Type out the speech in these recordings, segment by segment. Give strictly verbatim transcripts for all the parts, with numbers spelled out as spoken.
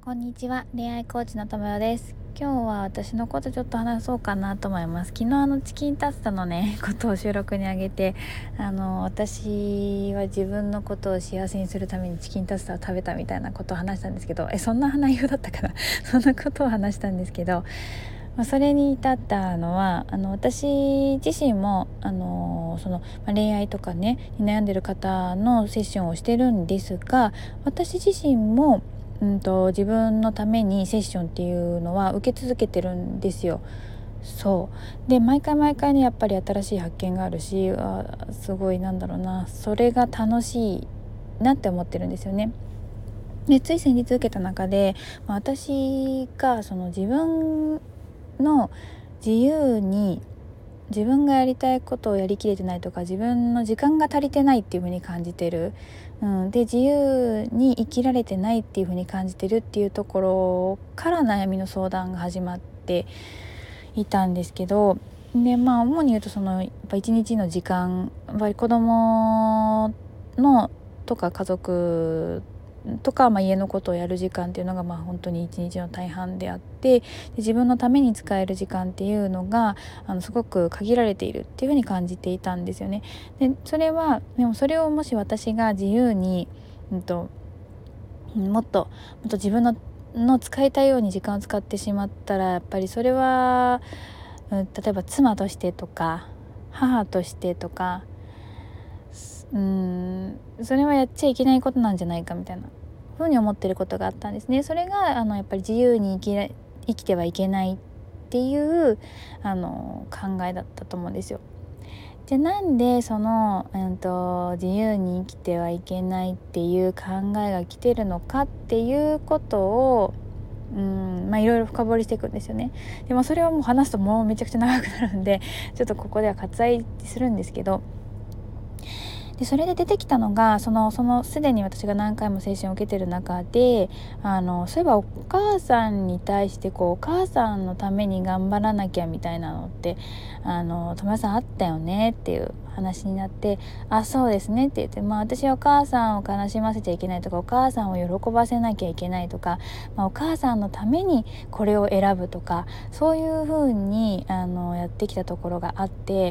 こんにちは、恋愛コーチのともよです。今日は私のことちょっと話そうかなと思います。昨日あのチキンタツタのねことを収録にあげて、あの私は自分のことを幸せにするためにチキンタツタを食べたみたいなことを話したんですけど、えそんな内容だったかなそんなことを話したんですけど、まあ、それに至ったのはあの私自身もあのその、まあ、恋愛とかねに悩んでる方のセッションをしてるんですが、私自身もうんと自分のためにセッションっていうのは受け続けてるんですよ。そうで毎回毎回ねやっぱり新しい発見があるし、あすごいなんだろうな、それが楽しいなって思ってるんですよね。でつい先日受けた中で、まあ、私がその自分の自由に自分がやりたいことをやりきれてないとか、自分の時間が足りてないっていう風に感じてる、うん、で自由に生きられてないっていう風に感じてるっていうところから悩みの相談が始まっていたんですけど、でまあ主に言うとそのやっぱ一日の時間、やっぱり子供のとか家族とか、まあ、家のことをやる時間っていうのがまあ本当に一日の大半であって、で自分のために使える時間っていうのがあのすごく限られているっていうふうに感じていたんですよね。でそれはでもそれをもし私が自由に、うんと、もっともっと自分のの使いたいように時間を使ってしまったら、やっぱりそれは、うん、例えば妻としてとか母としてとか、うーんそれはやっちゃいけないことなんじゃないかみたいなふうに思ってることがあったんですね。それがあのやっぱり自由に生き生きてはいけないっていうあの考えだったと思うんですよ。じゃあなんでその、うんと、自由に生きてはいけないっていう考えが来てるのかっていうことをうんまあいろいろ深掘りしていくんですよね。でもそれはもう話すともうめちゃくちゃ長くなるんでちょっとここでは割愛するんですけど、でそれで出てきたのがそのそのすでに私が何回もセッションを受けてる中で、あのそういえばお母さんに対してこうお母さんのために頑張らなきゃみたいなのってあの友達さんあったよねっていう話になって、あそうですねって言って、まあ私はお母さんを悲しませちゃいけないとか、お母さんを喜ばせなきゃいけないとか、まあ、お母さんのためにこれを選ぶとか、そういう風にあのやってきたところがあって、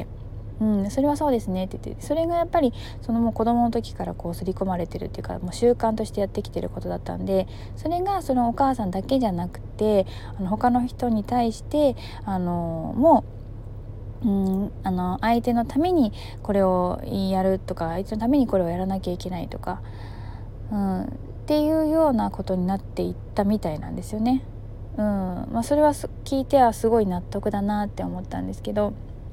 うん、それはそうですねって言って、それがやっぱりそのもう子供の時からこう刷り込まれてるっていうか、もう習慣としてやってきてることだったんで、それがそのお母さんだけじゃなくてあの他の人に対してあのもう、うん、あの相手のためにこれをやるとか、相手のためにこれをやらなきゃいけないとか、うん、っていうようなことになっていったみたいなんですよね。うんまあ、それは聞いてはすごい納得だなって思ったんですけど、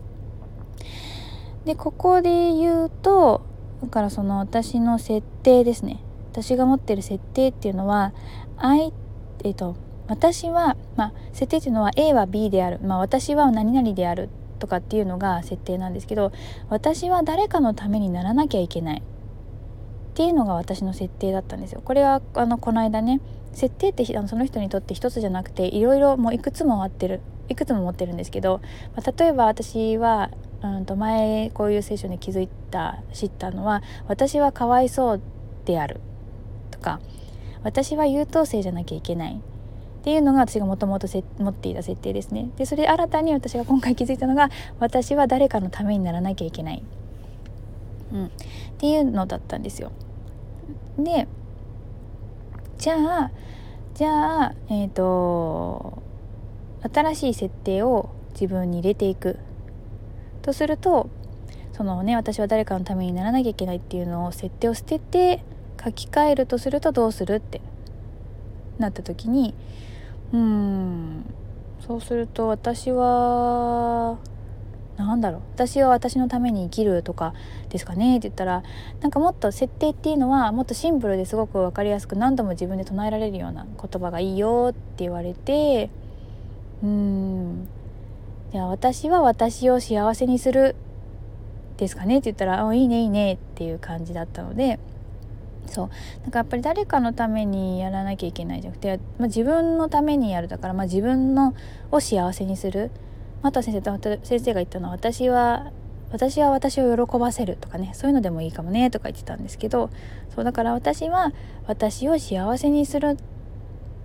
でここで言うとだからその私の設定ですね。私が持ってる設定っていうのはあい、えっと、私は、まあ、設定っていうのは A は B である、まあ、私は何々であるとかっていうのが設定なんですけど、私は誰かのためにならなきゃいけないっていうのが私の設定だったんですよ。これはあのこの間ね、設定ってあのその人にとって一つじゃなくていろいろもういくつもあってるいくつも持ってるんですけど、まあ、例えば私はうんと前こういう聖書に気づいた知ったのは、私はかわいそうであるとか、私は優等生じゃなきゃいけないっていうのが私がもともと持っていた設定ですね。でそれ新たに私が今回気づいたのが、私は誰かのためにならなきゃいけない、うん、っていうのだったんですよ。でじゃあじゃあえっと新しい設定を自分に入れていくとすると、そのね私は誰かのためにならなきゃいけないっていうのを設定を捨てて書き換えるとするとどうするってなった時に、うーんそうすると私はなんだろう私は私のために生きるとかですかねって言ったら、なんかもっと設定っていうのはもっとシンプルですごく分かりやすく何度も自分で唱えられるような言葉がいいよって言われて、うーんいや私は私を幸せにするですかねって言ったら、あいいねいいねっていう感じだったので、そうなんかやっぱり誰かのためにやらなきゃいけないじゃなくて、まあ、自分のためにやるだから、まあ、自分のを幸せにする。また先生と先生が言ったのは、私は私は私を喜ばせるとかね、そういうのでもいいかもねとか言ってたんですけど、そうだから私は私を幸せにする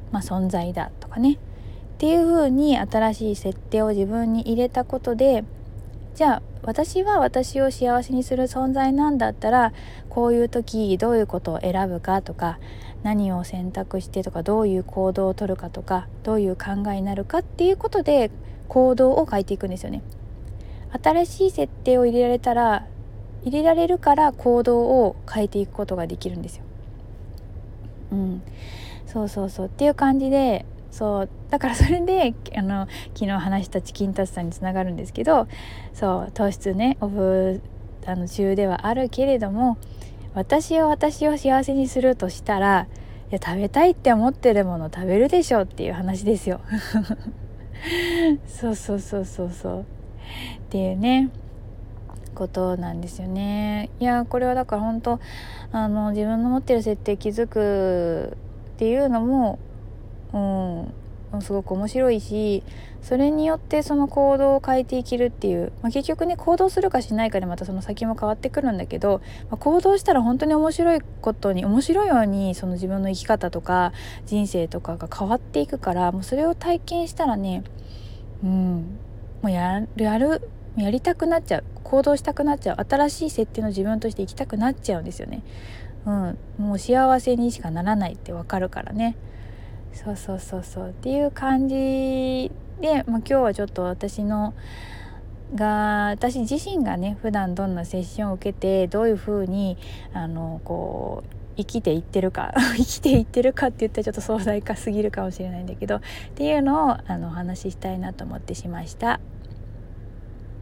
まあ、存在だとかねっていう風に新しい設定を自分に入れたことで、じゃあ私は私を幸せにする存在なんだったら、こういう時どういうことを選ぶかとか、何を選択してとか、どういう行動をとるかとか、どういう考えになるかっていうことで行動を変えていくんですよね。新しい設定を入れられたら入れられるから行動を変えていくことができるんですよ。うん、そうそうそうっていう感じで、そうだからそれであの昨日話したチキンタツさんにつながるんですけど、そう糖質ねオフあの中ではあるけれども、私を私を幸せにするとしたら、いや食べたいって思ってるもの食べるでしょっていう話ですよそうそうそうそうそうっていうねことなんですよね。いやこれはだから本当あの自分の持ってる設定気づくっていうのも、うん、すごく面白いし、それによってその行動を変えていけるっていう、まあ、結局ね行動するかしないかでまたその先も変わってくるんだけど、まあ、行動したら本当に面白いことに面白いようにその自分の生き方とか人生とかが変わっていくから、もうそれを体験したらね、うん、もうやるやるやりたくなっちゃう、行動したくなっちゃう、新しい設定の自分として生きたくなっちゃうんですよね。うん、もう幸せにしかならないってわかるからね。そうそうそうそうっていう感じで、まあ、今日はちょっと私のが私自身がね普段どんなセッションを受けてどういう風にあのこう生きていってるか生きていってるかって言ったらちょっと壮大化すぎるかもしれないんだけどっていうのをあのお話ししたいなと思ってしました。